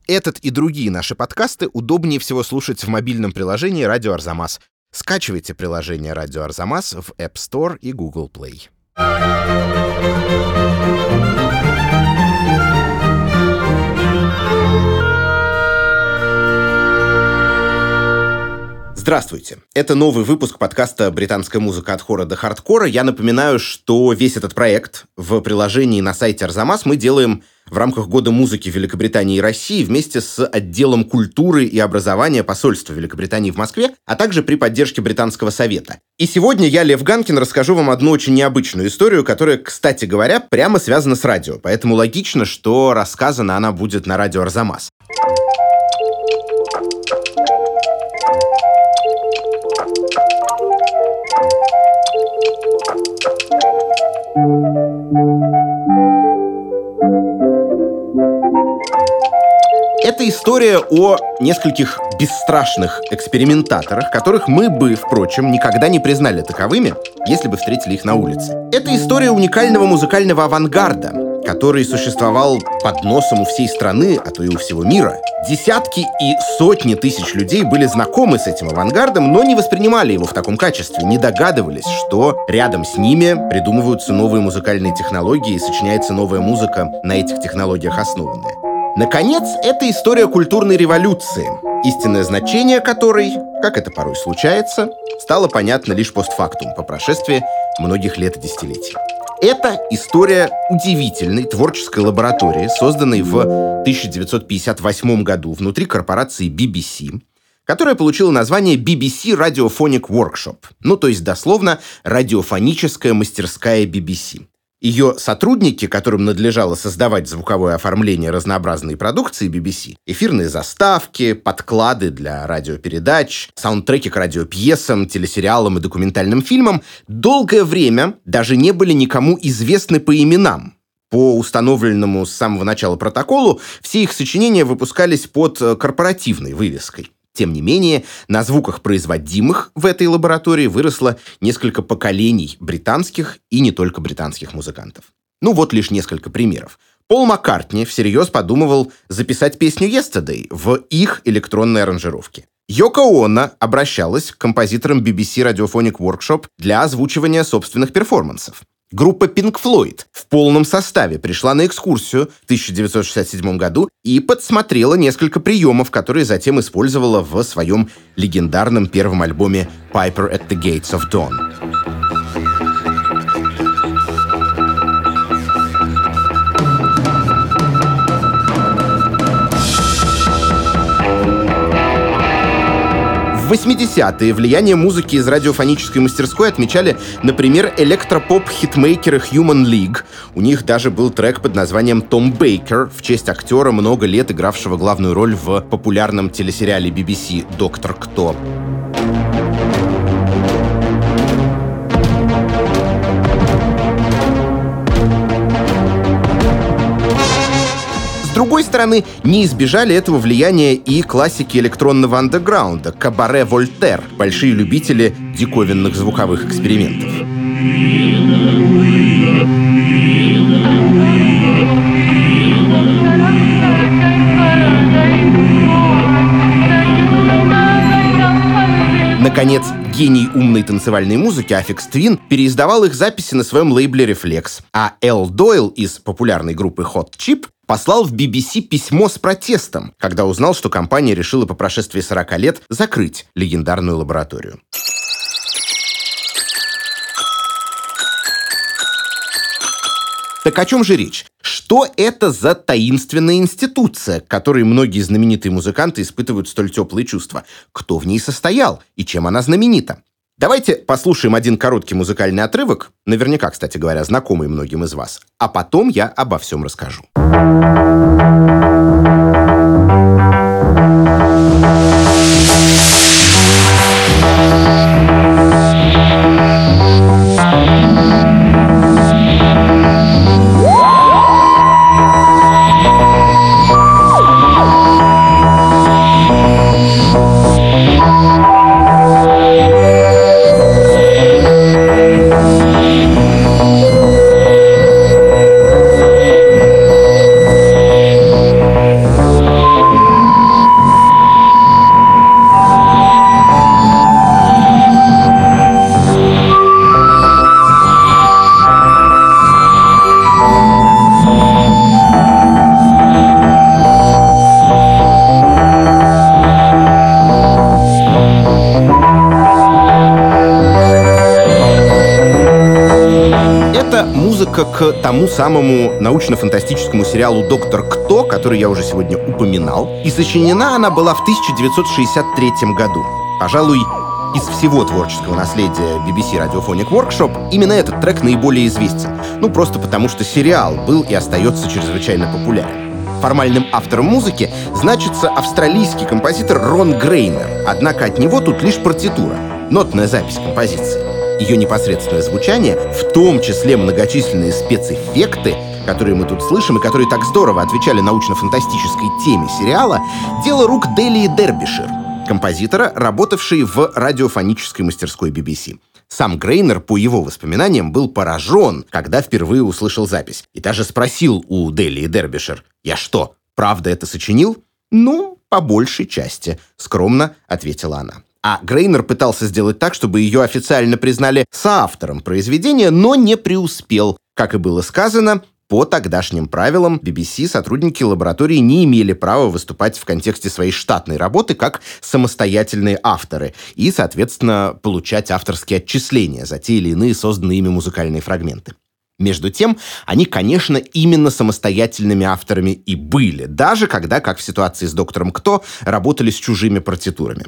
Этот и другие наши подкасты удобнее всего слушать в мобильном приложении «Радио Арзамас». Скачивайте приложение «Радио Арзамас» в App Store и Google Play. Здравствуйте! Это новый выпуск подкаста «Британская музыка от хора до хардкора». Я напоминаю, что весь этот проект в приложении на сайте Арзамас мы делаем в рамках Года музыки Великобритании и России вместе с отделом культуры и образования посольства Великобритании в Москве, а также при поддержке Британского совета. И сегодня я, Лев Ганкин, расскажу вам одну очень необычную историю, которая, кстати говоря, прямо связана с радио. Поэтому логично, что рассказана она будет на радио Арзамас. Это история о нескольких бесстрашных экспериментаторах, которых мы бы, впрочем, никогда не признали таковыми, если бы встретили их на улице. Это история уникального музыкального авангарда, который существовал под носом у всей страны, а то и у всего мира. Десятки и сотни тысяч людей были знакомы с этим авангардом, но не воспринимали его в таком качестве, не догадывались, что рядом с ними придумываются новые музыкальные технологии и сочиняется новая музыка, на этих технологиях основанная. Наконец, это история культурной революции, истинное значение которой, как это порой случается, стало понятно лишь постфактум, по прошествии многих лет и десятилетий. Это история удивительной творческой лаборатории, созданной в 1958 году внутри корпорации BBC, которая получила название BBC Radiophonic Workshop, то есть дословно «радиофоническая мастерская BBC». Ее сотрудники, которым надлежало создавать звуковое оформление разнообразной продукции BBC, эфирные заставки, подклады для радиопередач, саундтреки к радиопьесам, телесериалам и документальным фильмам, долгое время даже не были никому известны по именам. По установленному с самого начала протоколу все их сочинения выпускались под корпоративной вывеской. Тем не менее, на звуках, производимых в этой лаборатории, выросло несколько поколений британских и не только британских музыкантов. Вот лишь несколько примеров. Пол Маккартни всерьез подумывал записать песню «Yesterday» в их электронной аранжировке. Йоко Оно обращалась к композиторам BBC Radiophonic Workshop для озвучивания собственных перформансов. Группа Pink Floyd в полном составе пришла на экскурсию в 1967 году и подсмотрела несколько приемов, которые затем использовала в своем легендарном первом альбоме «Piper at the Gates of Dawn». В 80-е влияние музыки из радиофонической мастерской отмечали, например, электропоп-хитмейкеры Human League. У них даже был трек под названием «Том Бейкер» в честь актера, много лет игравшего главную роль в популярном телесериале BBC «Доктор Кто». С другой стороны, не избежали этого влияния и классики электронного андеграунда Кабаре Вольтер, большие любители диковинных звуковых экспериментов. Наконец, гений умной танцевальной музыки Апекс Твин переиздавал их записи на своем лейбле Reflex, а Эл Дойл из популярной группы Hot Chip послал в BBC письмо с протестом, когда узнал, что компания решила по прошествии 40 лет закрыть легендарную лабораторию. Так о чем же речь? Что это за таинственная институция, к которой многие знаменитые музыканты испытывают столь теплые чувства? Кто в ней состоял и чем она знаменита? Давайте послушаем один короткий музыкальный отрывок, наверняка, кстати говоря, знакомый многим из вас, а потом я обо всем расскажу. отсылка к тому самому научно-фантастическому сериалу «Доктор Кто», который я уже сегодня упоминал, и сочинена она была в 1963 году. Пожалуй, из всего творческого наследия BBC Radiophonic Workshop именно этот трек наиболее известен. Просто потому, что сериал был и остается чрезвычайно популярен. Формальным автором музыки значится австралийский композитор Рон Грейнер, однако от него тут лишь партитура, нотная запись композиции. Ее непосредственное звучание, в том числе многочисленные спецэффекты, которые мы тут слышим и которые так здорово отвечали научно-фантастической теме сериала, дело рук Делии Дербишир, композитора, работавшей в радиофонической мастерской BBC. Сам Грейнер, по его воспоминаниям, был поражен, когда впервые услышал запись. И даже спросил у Делии Дербишир: «Я что, правда это сочинил?» «По большей части», — скромно ответила она. А Грейнер пытался сделать так, чтобы ее официально признали соавтором произведения, но не преуспел. Как и было сказано, по тогдашним правилам BBC сотрудники лаборатории не имели права выступать в контексте своей штатной работы как самостоятельные авторы и, соответственно, получать авторские отчисления за те или иные созданные ими музыкальные фрагменты. Между тем, они, конечно, именно самостоятельными авторами и были, даже когда, как в ситуации с «Доктором Кто», работали с чужими партитурами.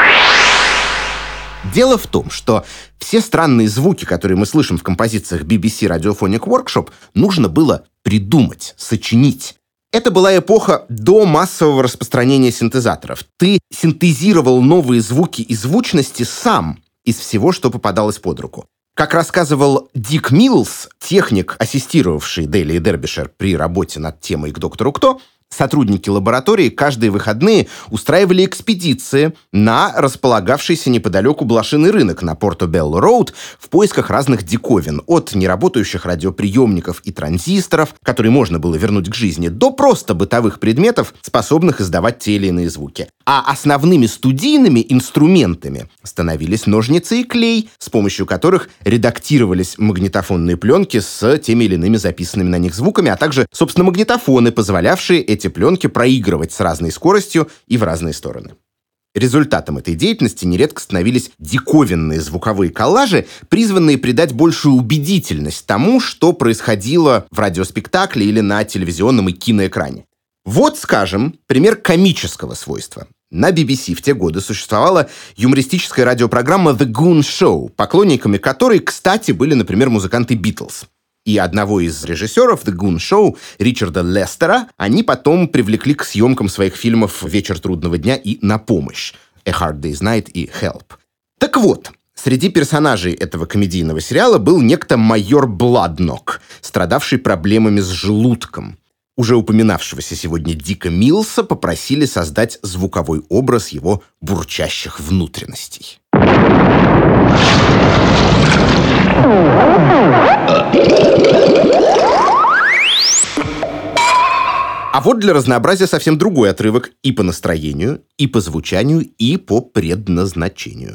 Дело в том, что все странные звуки, которые мы слышим в композициях BBC Radiophonic Workshop, нужно было придумать, сочинить. Это была эпоха до массового распространения синтезаторов. Ты синтезировал новые звуки и звучности сам из всего, что попадалось под руку. Как рассказывал Дик Миллс, техник, ассистировавший Делии Дербишир при работе над темой «К доктору Кто», сотрудники лаборатории каждые выходные устраивали экспедиции на располагавшийся неподалеку блошиный рынок на Порто-Белло-Роуд в поисках разных диковин, от неработающих радиоприемников и транзисторов, которые можно было вернуть к жизни, до просто бытовых предметов, способных издавать те или иные звуки. А основными студийными инструментами становились ножницы и клей, с помощью которых редактировались магнитофонные пленки с теми или иными записанными на них звуками, а также, собственно, магнитофоны, позволявшие эти пленки проигрывать с разной скоростью и в разные стороны. Результатом этой деятельности нередко становились диковинные звуковые коллажи, призванные придать большую убедительность тому, что происходило в радиоспектакле или на телевизионном и киноэкране. Вот, скажем, пример комического свойства. На BBC в те годы существовала юмористическая радиопрограмма «The Goon Show», поклонниками которой, кстати, были, например, музыканты «Битлз». И одного из режиссеров «The Goon Show», Ричарда Лестера, они потом привлекли к съемкам своих фильмов «Вечер трудного дня» и «На помощь» «A Hard Day's Night» и «Help». Так вот, среди персонажей этого комедийного сериала был некто майор Бладнок, страдавший проблемами с желудком. Уже упоминавшегося сегодня Дика Миллса попросили создать звуковой образ его бурчащих внутренностей. А вот для разнообразия совсем другой отрывок и по настроению, и по звучанию, и по предназначению.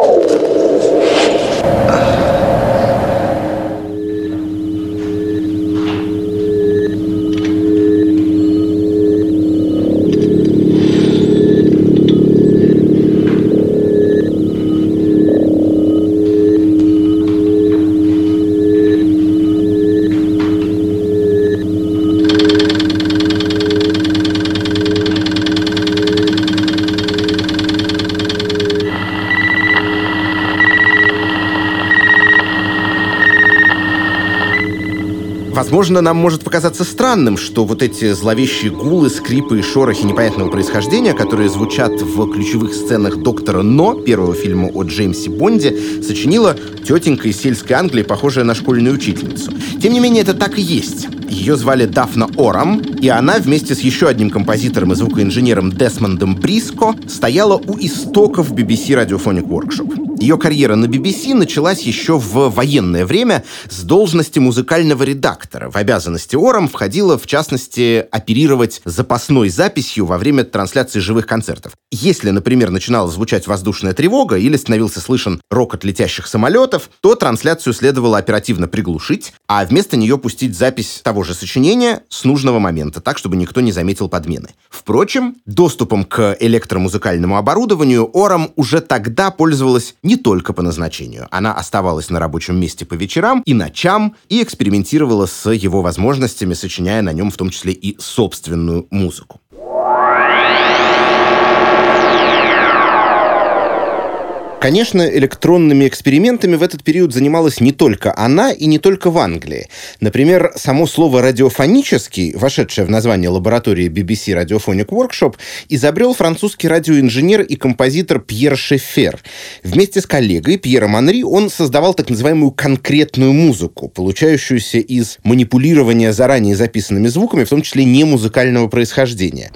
Возможно, нам может показаться странным, что вот эти зловещие гулы, скрипы и шорохи непонятного происхождения, которые звучат в ключевых сценах «Доктора Но», первого фильма о Джеймсе Бонде, сочинила тетенька из сельской Англии, похожая на школьную учительницу. Тем не менее, это так и есть. Ее звали Дафна Орам, и она вместе с еще одним композитором и звукоинженером Десмондом Бриско стояла у истоков BBC Radiophonic Workshop. Ее карьера на BBC началась еще в военное время с должности музыкального редактора. В обязанности Орам входило, в частности, оперировать запасной записью во время трансляции живых концертов. Если, например, начинала звучать воздушная тревога или становился слышен рокот летящих самолетов, то трансляцию следовало оперативно приглушить, а вместо нее пустить запись того же сочинения с нужного момента, так, чтобы никто не заметил подмены. Впрочем, доступом к электромузыкальному оборудованию Орам уже тогда пользовалась не только по назначению. Она оставалась на рабочем месте по вечерам и ночам и экспериментировала с его возможностями, сочиняя на нем в том числе и собственную музыку. Конечно, электронными экспериментами в этот период занималась не только она и не только в Англии. Например, само слово «радиофонический», вошедшее в название лаборатории BBC Radiophonic Workshop, изобрел французский радиоинженер и композитор Пьер Шеффер. Вместе с коллегой Пьером Анри он создавал так называемую конкретную музыку, получающуюся из манипулирования заранее записанными звуками, в том числе не музыкального происхождения.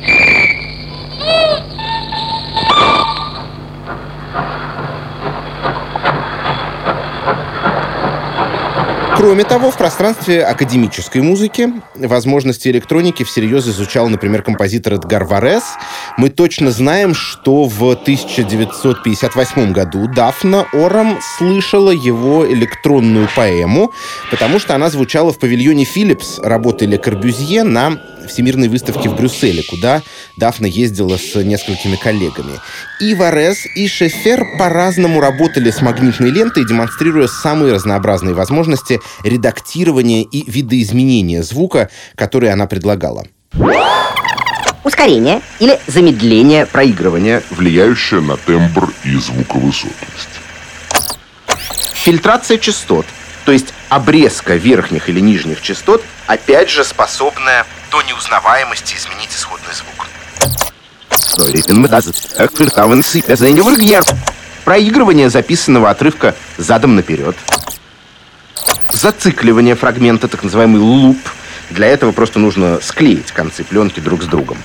Кроме того, в пространстве академической музыки возможности электроники всерьез изучал, например, композитор Эдгар Варес. Мы точно знаем, что в 1958 году Дафна Орам слышала его электронную поэму, потому что она звучала в павильоне Philips работы Ле Корбюзье на Всемирной выставке в Брюсселе, куда Дафна ездила с несколькими коллегами. И Варес, и Шеффер по-разному работали с магнитной лентой, демонстрируя самые разнообразные возможности редактирования и видоизменения звука, которые она предлагала. Ускорение или замедление проигрывания, влияющее на тембр и звуковысотность. Фильтрация частот, то есть обрезка верхних или нижних частот, опять же способная до неузнаваемости изменить исходный звук. Проигрывание записанного отрывка задом наперед. Зацикливание фрагмента, так называемый луп. Для этого просто нужно склеить концы пленки друг с другом.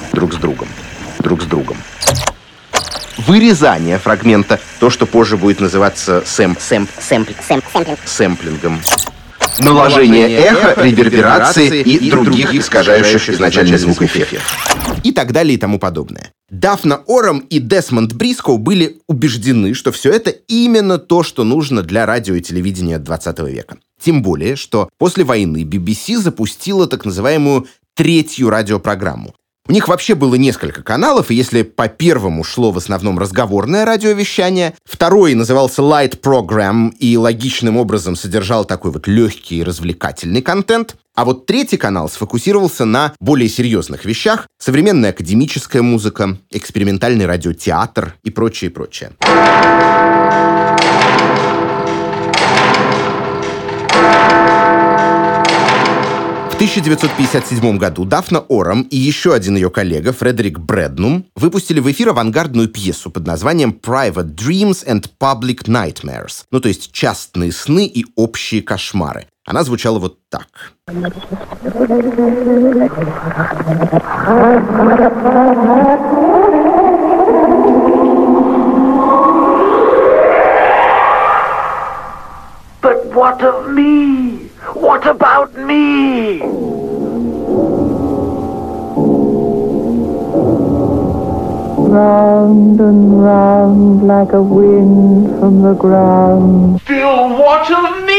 Вырезание фрагмента, то, что позже будет называться сэмплингом. Наложение эха, реверберации и других искажающих изначальный звук эффектов. И так далее и тому подобное. Дафна Орам и Десмонд Брискоу были убеждены, что все это именно то, что нужно для радио и телевидения 20 века. Тем более, что после войны BBC запустила так называемую третью радиопрограмму. У них вообще было несколько каналов, и если по первому шло в основном разговорное радиовещание, второй назывался Light Program и логичным образом содержал такой вот легкий и развлекательный контент, а вот третий канал сфокусировался на более серьезных вещах: современная академическая музыка, экспериментальный радиотеатр и прочее. В 1957 году Дафна Орам и еще один ее коллега, Фредерик Брэднум, выпустили в эфир авангардную пьесу под названием «Private Dreams and Public Nightmares», то есть «Частные сны и общие кошмары». Она звучала вот так. But what of me? What about me? Round and round like a wind from the ground. Still what of me?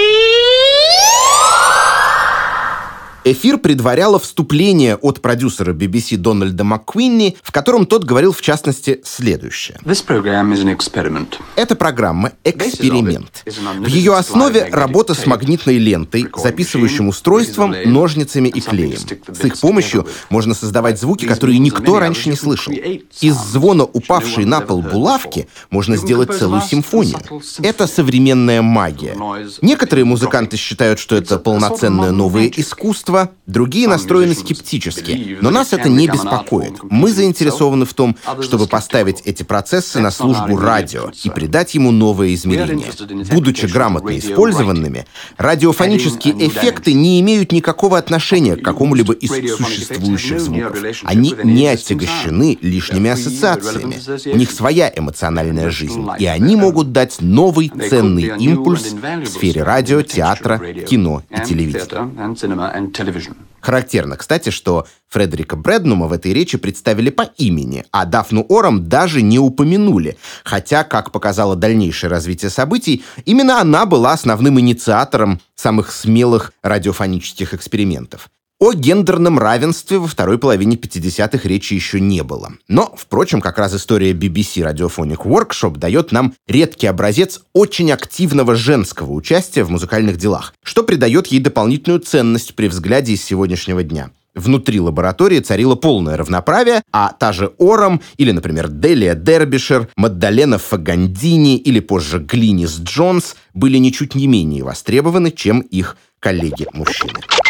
Эфир предваряло вступление от продюсера BBC Дональда МакКуинни, в котором тот говорил, в частности, следующее. Эта программа — эксперимент. В ее основе работа с магнитной лентой, записывающим устройством, ножницами и клеем. С их помощью можно создавать звуки, которые никто раньше не слышал. Из звона упавшей на пол булавки можно сделать целую симфонию. Это современная магия. Некоторые музыканты считают, что это полноценное новое искусство, другие настроены скептически. Но нас это не беспокоит. Мы заинтересованы в том, чтобы поставить эти процессы на службу радио и придать ему новое измерение. Будучи грамотно использованными, радиофонические эффекты не имеют никакого отношения к какому-либо из существующих звуков. Они не отягощены лишними ассоциациями. У них своя эмоциональная жизнь, и они могут дать новый ценный импульс в сфере радио, театра, кино и телевидения. Характерно, кстати, что Фредерика Брэднума в этой речи представили по имени, а Дафну Орам даже не упомянули, хотя, как показало дальнейшее развитие событий, именно она была основным инициатором самых смелых радиофонических экспериментов. О гендерном равенстве во второй половине 50-х речи еще не было. Но, впрочем, как раз история BBC Radiophonic Workshop дает нам редкий образец очень активного женского участия в музыкальных делах, что придает ей дополнительную ценность при взгляде из сегодняшнего дня. Внутри лаборатории царило полное равноправие, а та же Орам или, например, Делия Дербишир, Маддалена Фагандини или позже Глинис Джонс были ничуть не менее востребованы, чем их коллеги-мужчины.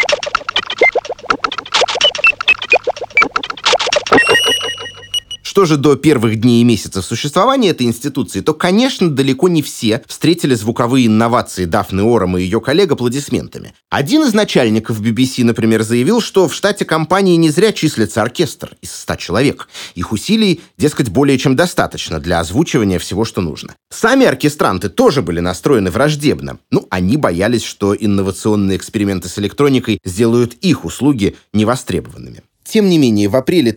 Что же до первых дней и месяцев существования этой институции, то, конечно, далеко не все встретили звуковые инновации Дафны Орам и ее коллег аплодисментами. Один из начальников BBC, например, заявил, что в штате компании не зря числится оркестр из 100 человек. Их усилий, дескать, более чем достаточно для озвучивания всего, что нужно. Сами оркестранты тоже были настроены враждебно. Они боялись, что инновационные эксперименты с электроникой сделают их услуги невостребованными. Тем не менее, в апреле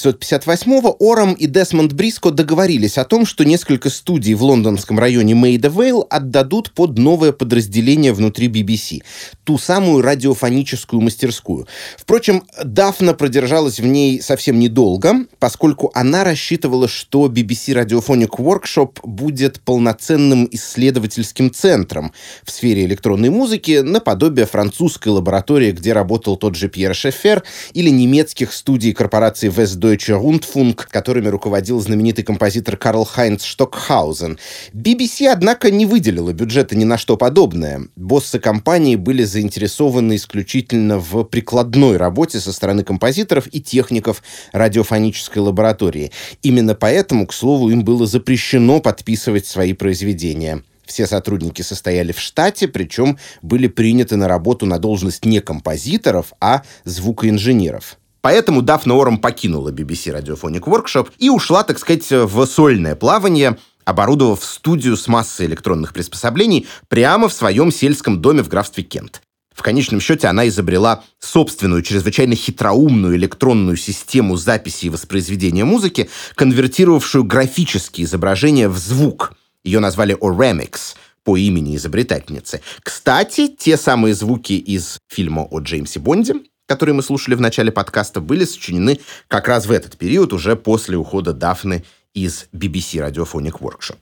1958-го Орам и Десмонд Бриско договорились о том, что несколько студий в лондонском районе Мейда-Вейл отдадут под новое подразделение внутри BBC, ту самую радиофоническую мастерскую. Впрочем, Дафна продержалась в ней совсем недолго, поскольку она рассчитывала, что BBC Radiophonic Workshop будет полноценным исследовательским центром в сфере электронной музыки, наподобие французской лаборатории, где работал тот же Пьер Шеффер, или немецкий студий корпорации Westdeutscher Rundfunk, которыми руководил знаменитый композитор Карл-Хайнц Штокхаузен. BBC, однако, не выделила бюджета ни на что подобное. Боссы компании были заинтересованы исключительно в прикладной работе со стороны композиторов и техников радиофонической лаборатории. Именно поэтому, к слову, им было запрещено подписывать свои произведения. Все сотрудники состояли в штате, причем были приняты на работу на должность не композиторов, а звукоинженеров. Поэтому Дафна Орам покинула BBC Radiophonic Workshop и ушла, так сказать, в сольное плавание, оборудовав студию с массой электронных приспособлений прямо в своем сельском доме в графстве Кент. В конечном счете она изобрела собственную, чрезвычайно хитроумную электронную систему записи и воспроизведения музыки, конвертировавшую графические изображения в звук. Ее назвали Oramix по имени изобретательницы. Кстати, те самые звуки из фильма о Джеймсе Бонде, которые мы слушали в начале подкаста, были сочинены как раз в этот период, уже после ухода Дафны из BBC Radiophonic Workshop.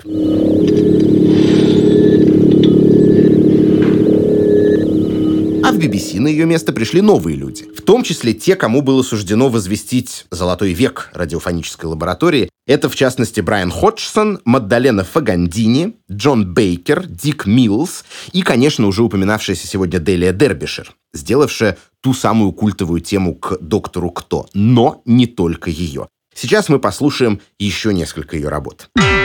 А в BBC на ее место пришли новые люди, в том числе те, кому было суждено возвестить золотой век радиофонической лаборатории. Это, в частности, Брайан Ходжсон, Маддалена Фагандини, Джон Бейкер, Дик Миллс и, конечно, уже упоминавшаяся сегодня Делия Дербишир, сделавшая ту самую культовую тему к «Доктору Кто». Но не только ее. Сейчас мы послушаем еще несколько ее работ.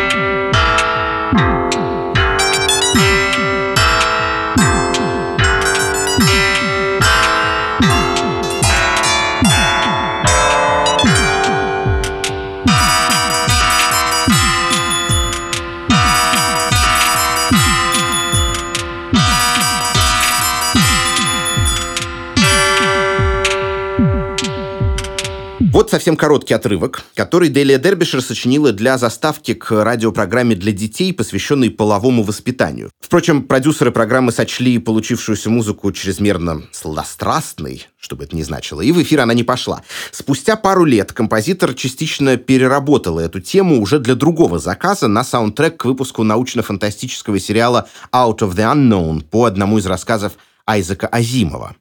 Вот совсем короткий отрывок, который Делия Дербишир сочинила для заставки к радиопрограмме для детей, посвященной половому воспитанию. Впрочем, продюсеры программы сочли получившуюся музыку чрезмерно сладострастной, что бы это ни значило, и в эфир она не пошла. Спустя пару лет композитор частично переработала эту тему уже для другого заказа на саундтрек к выпуску научно-фантастического сериала «Out of the Unknown» по одному из рассказов Айзека Азимова.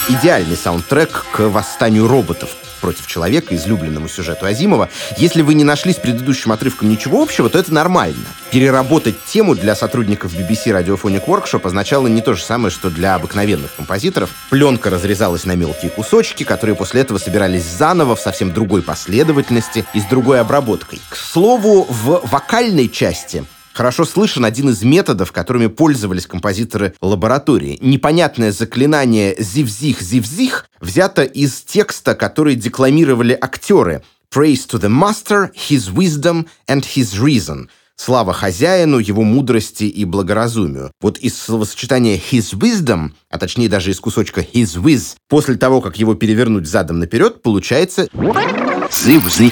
идеальный саундтрек к восстанию роботов против человека, излюбленному сюжету Азимова. Если вы не нашли с предыдущим отрывком ничего общего, то это нормально. Переработать тему для сотрудников BBC Radiophonic Workshop означало не то же самое, что для обыкновенных композиторов. Пленка разрезалась на мелкие кусочки, которые после этого собирались заново в совсем другой последовательности и с другой обработкой. К слову, в вокальной части хорошо слышен один из методов, которыми пользовались композиторы лаборатории. Непонятное заклинание «зив-зих-зив-зих» взято из текста, который декламировали актеры. «Praise to the master, his wisdom and his reason». Слава хозяину, его мудрости и благоразумию. Вот из словосочетания his wisdom, а точнее даже из кусочка his whiz, после того, как его перевернуть задом наперед, получается «зив-зих».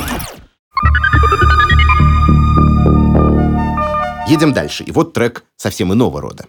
Едем дальше. И вот трек совсем иного рода.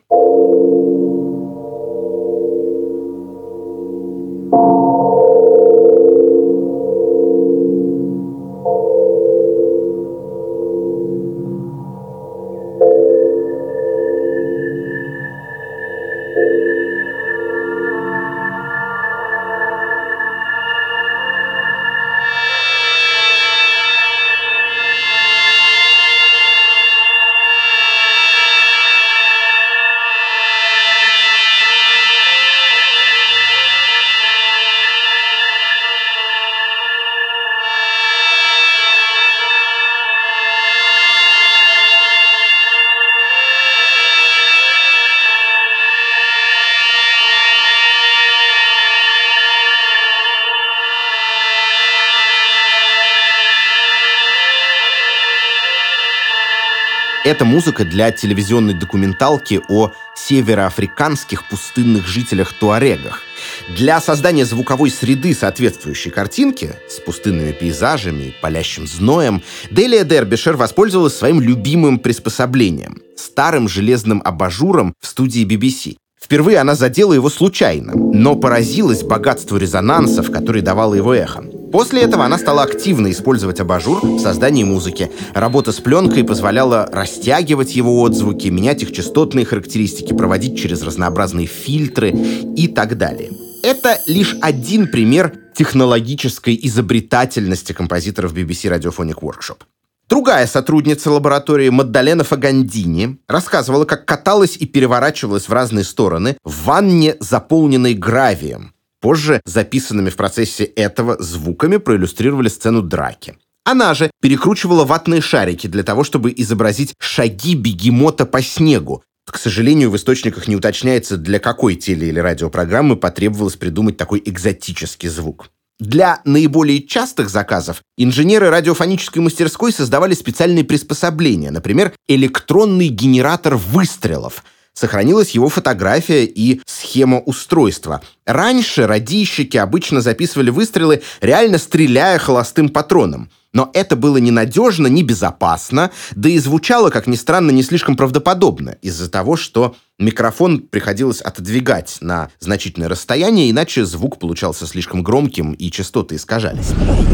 Это музыка для телевизионной документалки о североафриканских пустынных жителях-туарегах. Для создания звуковой среды соответствующей картинки с пустынными пейзажами и палящим зноем Делия Дербишер воспользовалась своим любимым приспособлением — старым железным абажуром в студии BBC. Впервые она задела его случайно, но поразилась богатству резонансов, которые давало его эхо. После этого она стала активно использовать абажур в создании музыки. Работа с пленкой позволяла растягивать его отзвуки, менять их частотные характеристики, проводить через разнообразные фильтры и так далее. Это лишь один пример технологической изобретательности композиторов BBC Radiophonic Workshop. Другая сотрудница лаборатории Маддалена Фагандини рассказывала, как каталась и переворачивалась в разные стороны в ванне, заполненной гравием. Позже записанными в процессе этого звуками проиллюстрировали сцену драки. Она же перекручивала ватные шарики для того, чтобы изобразить шаги бегемота по снегу. К сожалению, в источниках не уточняется, для какой теле- или радиопрограммы потребовалось придумать такой экзотический звук. Для наиболее частых заказов инженеры радиофонической мастерской создавали специальные приспособления, например, электронный генератор выстрелов. Сохранилась его фотография и схема устройства. Раньше радийщики обычно записывали выстрелы, реально стреляя холостым патроном. Но это было ненадежно, небезопасно, да и звучало, как ни странно, не слишком правдоподобно, из-за того, что микрофон приходилось отодвигать на значительное расстояние, иначе звук получался слишком громким и частоты искажались.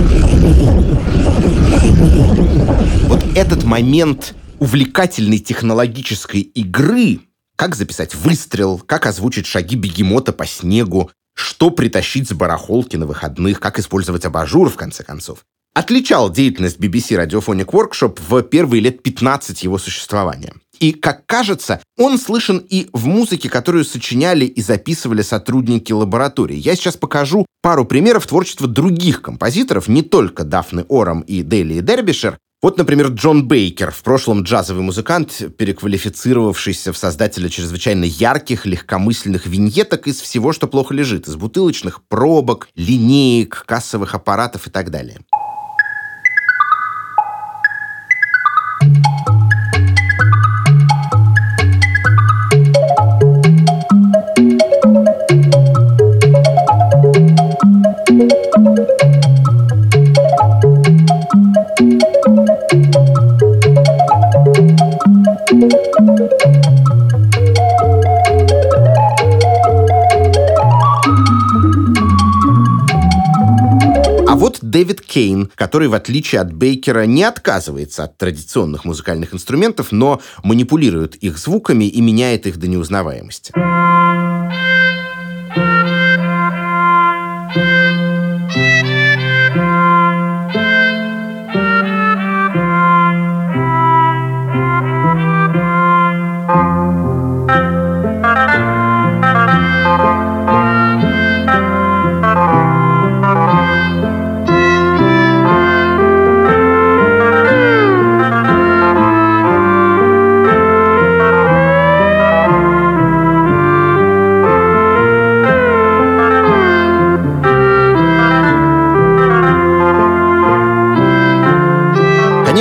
Вот этот момент увлекательной технологической игры, как записать выстрел, как озвучить шаги бегемота по снегу, что притащить с барахолки на выходных, как использовать абажур, в конце концов, отличал деятельность BBC Radiophonic Workshop в первые лет 15 его существования. И, как кажется, он слышен и в музыке, которую сочиняли и записывали сотрудники лаборатории. Я сейчас покажу пару примеров творчества других композиторов, не только Дафны Орам и Делии Дербишер. Вот, например, Джон Бейкер, в прошлом джазовый музыкант, переквалифицировавшийся в создателя чрезвычайно ярких, легкомысленных виньеток из всего, что плохо лежит, из бутылочных пробок, линеек, кассовых аппаратов и так далее. Дэвид Кейн, который, в отличие от Бейкера, не отказывается от традиционных музыкальных инструментов, но манипулирует их звуками и меняет их до неузнаваемости.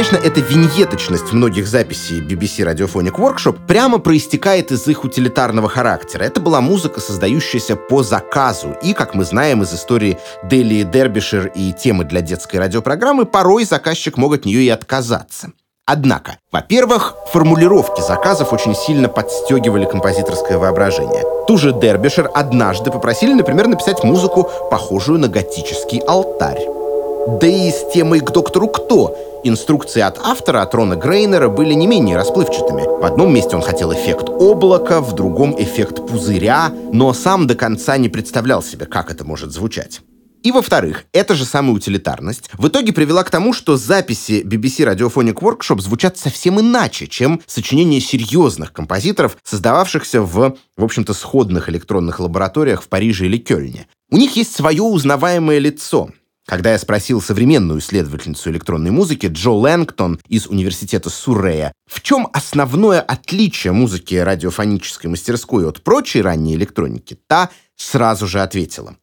конечно, эта виньеточность многих записей BBC Radiophonic Workshop прямо проистекает из их утилитарного характера. Это была музыка, создающаяся по заказу. И, как мы знаем из истории Дели Дербишир и темы для детской радиопрограммы, порой заказчик мог от нее и отказаться. Однако, во-первых, формулировки заказов очень сильно подстегивали композиторское воображение. Ту же Дербишир однажды попросили, например, написать музыку, похожую на готический алтарь. Да и с темой «К доктору Кто» инструкции от автора, от Рона Грейнера, были не менее расплывчатыми. В одном месте он хотел эффект облака, в другом — эффект пузыря, но сам до конца не представлял себе, как это может звучать. И, во-вторых, эта же самая утилитарность в итоге привела к тому, что записи BBC Radiophonic Workshop звучат совсем иначе, чем сочинения серьезных композиторов, создававшихся в общем-то, сходных электронных лабораториях в Париже или Кёльне. У них есть свое узнаваемое лицо. Когда я спросил современную исследовательницу электронной музыки Джо Лэнгтон из университета Суррея, в чем основное отличие музыки радиофонической мастерской от прочей ранней электроники, та сразу же ответила.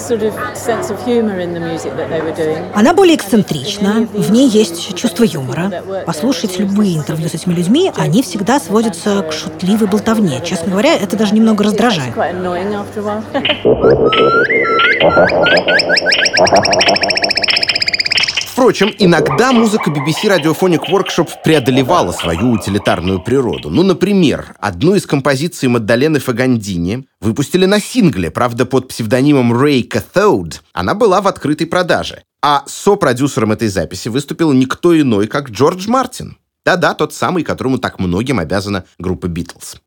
Она более эксцентрична, в ней есть чувство юмора. Послушать любые интервью с этими людьми, они всегда сводятся к шутливой болтовне. Честно говоря, это даже немного раздражает. Впрочем, иногда музыка BBC Radiophonic Workshop преодолевала свою утилитарную природу. Ну, например, одну из композиций Маддалены Фагандини выпустили на сингле, правда, под псевдонимом Ray Cathode. Она была в открытой продаже. А сопродюсером этой записи выступил никто иной, как Джордж Мартин. Да-да, тот самый, которому так многим обязана группа Битлз.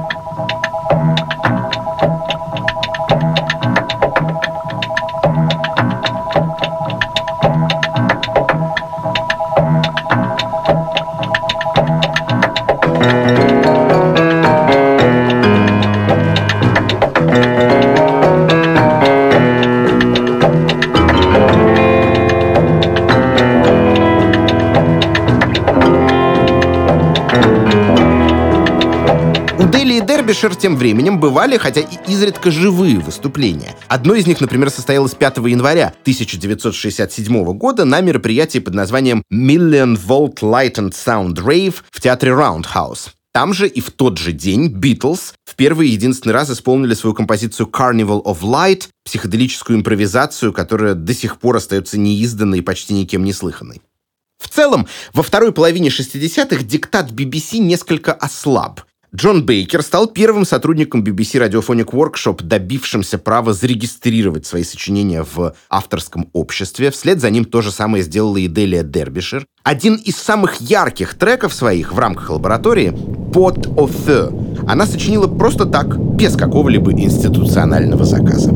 Дербишир тем временем бывали, хотя и изредка, живые выступления. Одно из них, например, состоялось 5 января 1967 года на мероприятии под названием Million Volt Light and Sound Rave в театре Roundhouse. Там же и в тот же день Битлз в первый и единственный раз исполнили свою композицию Carnival of Light, психоделическую импровизацию, которая до сих пор остается неизданной и почти никем не слыханной. В целом, во второй половине 60-х диктат BBC несколько ослаб. Джон Бейкер стал первым сотрудником BBC Radiophonic Workshop, добившимся права зарегистрировать свои сочинения в авторском обществе. Вслед за ним то же самое сделала и Делия Дербишир. Один из самых ярких треков своих в рамках лаборатории — «Pot of Fur» она сочинила просто так, без какого-либо институционального заказа.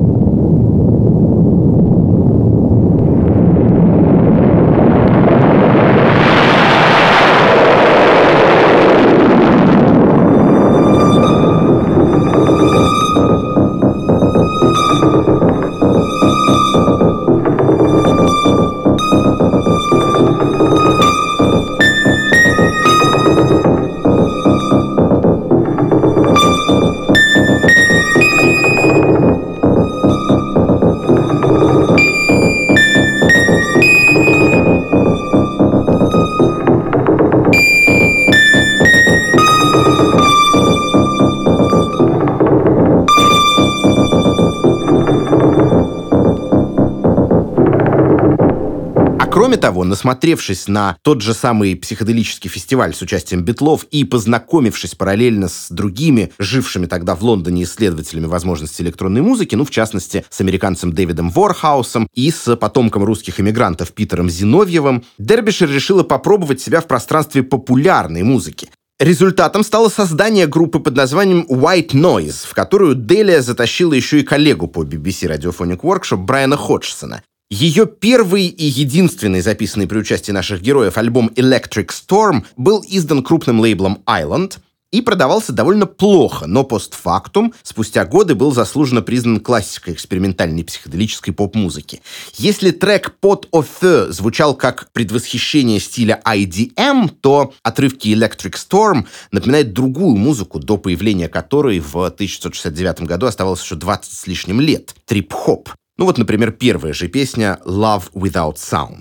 Кроме того, насмотревшись на тот же самый психоделический фестиваль с участием Битлов и познакомившись параллельно с другими, жившими тогда в Лондоне исследователями возможностей электронной музыки, в частности, с американцем Дэвидом Ворхаусом и с потомком русских эмигрантов Питером Зиновьевым, Дербишир решила попробовать себя в пространстве популярной музыки. Результатом стало создание группы под названием White Noise, в которую Делия затащила еще и коллегу по BBC Radiophonic Workshop Брайана Ходжсона. Ее первый и единственный записанный при участии наших героев альбом Electric Storm был издан крупным лейблом Island и продавался довольно плохо, но постфактум, спустя годы, был заслуженно признан классикой экспериментальной психоделической поп-музыки. Если трек Pot of Fur звучал как предвосхищение стиля IDM, то отрывки Electric Storm напоминают другую музыку, до появления которой в 1969 году оставалось еще 20 с лишним лет — трип-хоп. Например, первая же песня «Love Without Sound».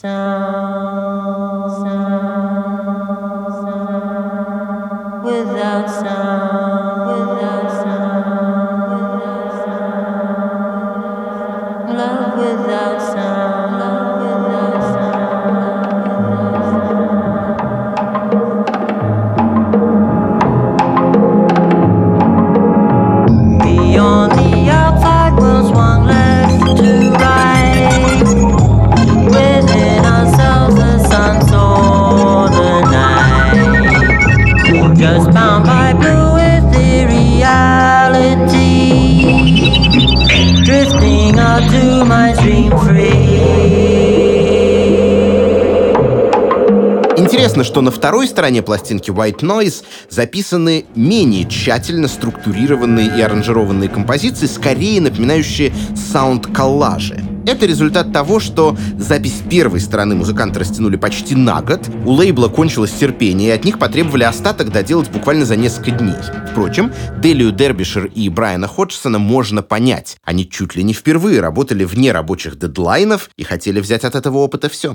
Интересно, что на второй стороне пластинки White Noise записаны менее тщательно структурированные и аранжированные композиции, скорее напоминающие саунд-коллажи. Это результат того, что запись первой стороны музыканты растянули почти на год, у лейбла кончилось терпение, и от них потребовали остаток доделать буквально за несколько дней. Впрочем, Делию Дербишир и Брайана Ходжсона можно понять. Они чуть ли не впервые работали вне рабочих дедлайнов и хотели взять от этого опыта все.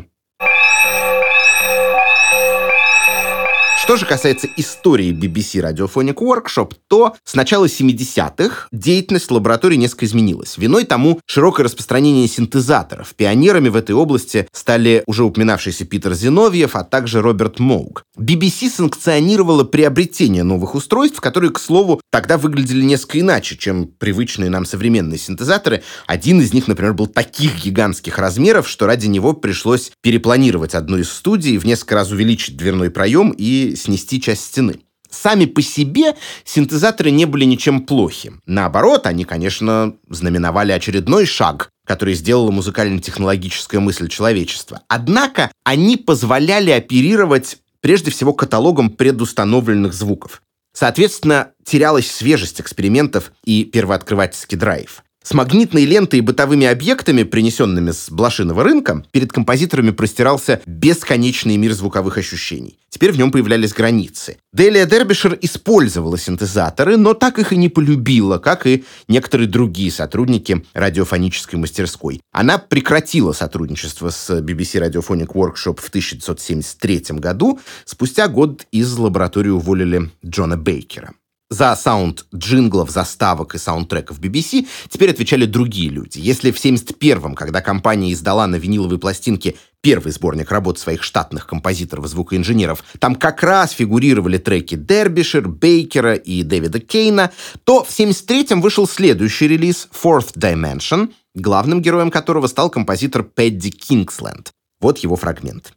Что же касается истории BBC Radiophonic Workshop, то с начала 70-х деятельность лаборатории несколько изменилась. Виной тому широкое распространение синтезаторов. Пионерами в этой области стали уже упоминавшийся Питер Зиновьев, а также Роберт Моуг. BBC санкционировала приобретение новых устройств, которые, к слову, тогда выглядели несколько иначе, чем привычные нам современные синтезаторы. Один из них, например, был таких гигантских размеров, что ради него пришлось перепланировать одну из студий, в несколько раз увеличить дверной проем и снести часть стены. Сами по себе синтезаторы не были ничем плохи. Наоборот, они, конечно, знаменовали очередной шаг, который сделала музыкально-технологическая мысль человечества. Однако они позволяли оперировать прежде всего каталогом предустановленных звуков. Соответственно, терялась свежесть экспериментов и первооткрывательский драйв. С магнитной лентой и бытовыми объектами, принесенными с блошиного рынка, перед композиторами простирался бесконечный мир звуковых ощущений. Теперь в нем появлялись границы. Делия Дербишир использовала синтезаторы, но так их и не полюбила, как и некоторые другие сотрудники радиофонической мастерской. Она прекратила сотрудничество с BBC Radiophonic Workshop в 1973 году. Спустя год из лаборатории уволили Джона Бейкера. За саунд джинглов, заставок и саундтреков BBC теперь отвечали другие люди. Если в 1971-м, когда компания издала на виниловой пластинке первый сборник работ своих штатных композиторов и звукоинженеров, там как раз фигурировали треки Дербишир, Бейкера и Дэвида Кейна, то в 1973-м вышел следующий релиз Fourth Dimension, главным героем которого стал композитор Пэдди Кингсленд. Вот его фрагмент.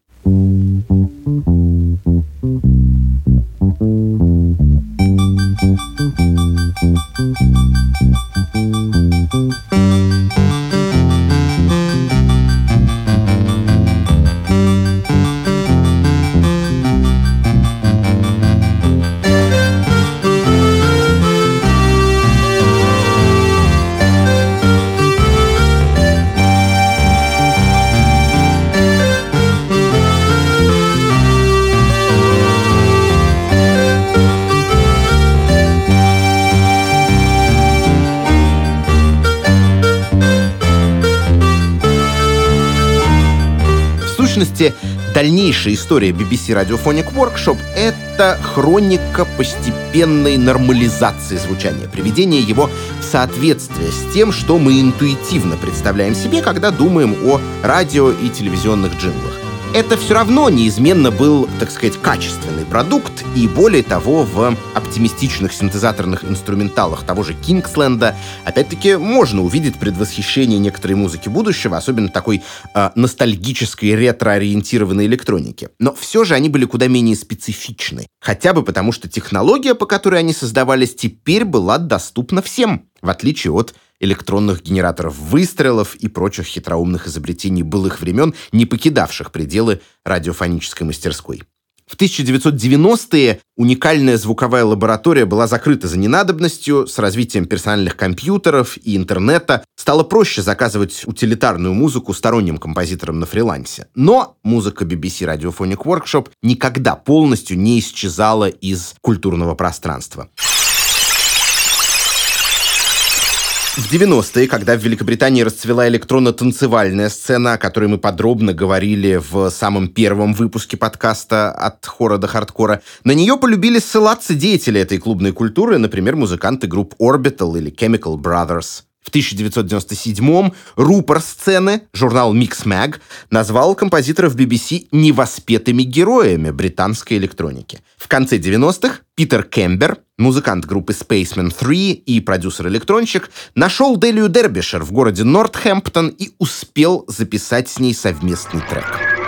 В сущности, дальнейшая история BBC Radiophonic Workshop — это хроника постепенной нормализации звучания, приведения его в соответствие с тем, что мы интуитивно представляем себе, когда думаем о радио и телевизионных джинглах. Это все равно неизменно был, так сказать, качественный продукт, и более того, в оптимистичных синтезаторных инструменталах того же Кингсленда опять-таки можно увидеть предвосхищение некоторой музыки будущего, особенно такой ностальгической ретро-ориентированной электроники. Но все же они были куда менее специфичны, хотя бы потому, что технология, по которой они создавались, теперь была доступна всем, в отличие от электронных генераторов выстрелов и прочих хитроумных изобретений былых времен, не покидавших пределы радиофонической мастерской. В 1990-е уникальная звуковая лаборатория была закрыта за ненадобностью. С развитием персональных компьютеров и интернета стало проще заказывать утилитарную музыку сторонним композиторам на фрилансе. Но музыка BBC Radiophonic Workshop никогда полностью не исчезала из культурного пространства. В 90-е, когда в Великобритании расцвела электронно-танцевальная сцена, о которой мы подробно говорили в самом первом выпуске подкаста «От хора до хардкора», на нее полюбили ссылаться деятели этой клубной культуры, например, музыканты групп Orbital или Chemical Brothers. В 1997-м рупор сцены, журнал Mix Mag, назвал композиторов BBC невоспетыми героями британской электроники. В конце 90-х Питер Кембер, музыкант группы Spaceman 3 и продюсер-электронщик, нашел Делию Дербишер в городе Нортхэмптон и успел записать с ней совместный трек.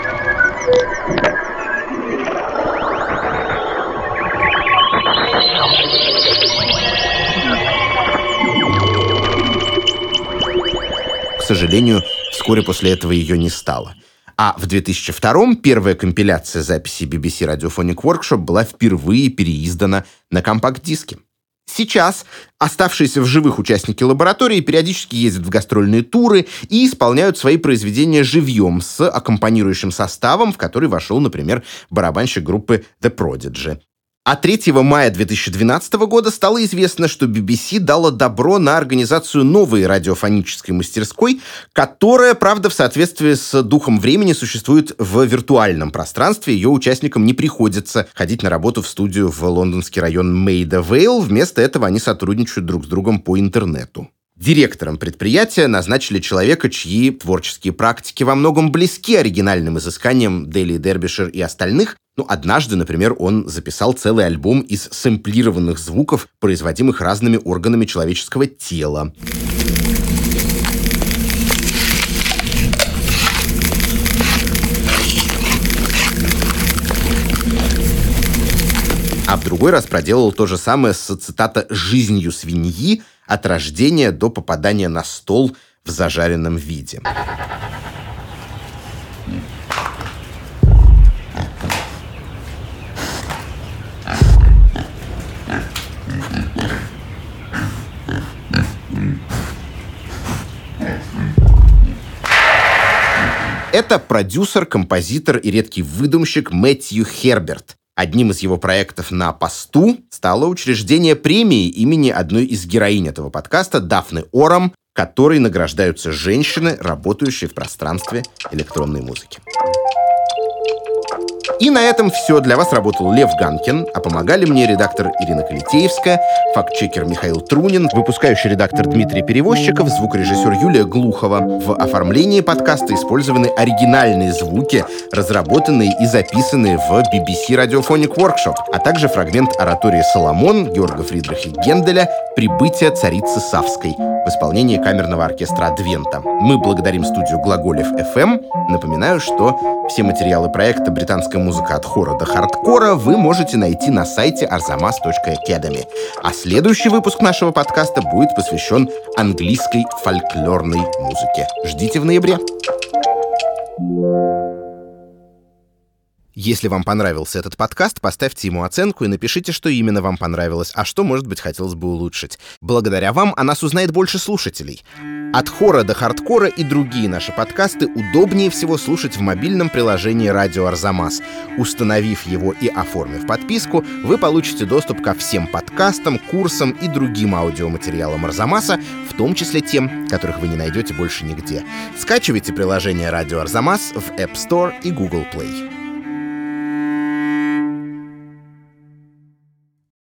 К сожалению, вскоре после этого ее не стало. А в 2002-м первая компиляция записей BBC Radiophonic Workshop была впервые переиздана на компакт-диске. Сейчас оставшиеся в живых участники лаборатории периодически ездят в гастрольные туры и исполняют свои произведения живьем с аккомпанирующим составом, в который вошел, например, барабанщик группы The Prodigy. А 3 мая 2012 года стало известно, что BBC дала добро на организацию новой радиофонической мастерской, которая, правда, в соответствии с духом времени существует в виртуальном пространстве. Ее участникам не приходится ходить на работу в студию в лондонский район Мейда-Вейл. Вместо этого они сотрудничают друг с другом по интернету. Директором предприятия назначили человека, чьи творческие практики во многом близки оригинальным изысканиям Дели Дербишер и остальных. Однажды, например, он записал целый альбом из сэмплированных звуков, производимых разными органами человеческого тела. А в другой раз проделал то же самое с, цитата, «жизнью свиньи от рождения до попадания на стол в зажаренном виде». Это продюсер, композитор и редкий выдумщик Мэтью Херберт. Одним из его проектов на посту стало учреждение премии имени одной из героинь этого подкаста, Дафны Орам, которой награждаются женщины, работающие в пространстве электронной музыки. И на этом все. Для вас работал Лев Ганкин, а помогали мне редактор Ирина Калитеевская, фактчекер Михаил Трунин, выпускающий редактор Дмитрий Перевозчиков, звукорежиссер Юлия Глухова. В оформлении подкаста использованы оригинальные звуки, разработанные и записанные в BBC Radiophonic Workshop, а также фрагмент оратории «Соломон» Георга Фридриха Генделя «Прибытие царицы Савской» в исполнении камерного оркестра «Адвента». Мы благодарим студию Глаголев FM. Напоминаю, что все материалы проекта «Британская музыка от хора до хардкора» вы можете найти на сайте arzamas.academy. А следующий выпуск нашего подкаста будет посвящен английской фольклорной музыке. Ждите в ноябре. Если вам понравился этот подкаст, поставьте ему оценку и напишите, что именно вам понравилось, а что, может быть, хотелось бы улучшить. Благодаря вам о нас узнает больше слушателей. От хора до хардкора и другие наши подкасты удобнее всего слушать в мобильном приложении «Радио Арзамас». Установив его и оформив подписку, вы получите доступ ко всем подкастам, курсам и другим аудиоматериалам Арзамаса, в том числе тем, которых вы не найдете больше нигде. Скачивайте приложение «Радио Арзамас» в App Store и Google Play.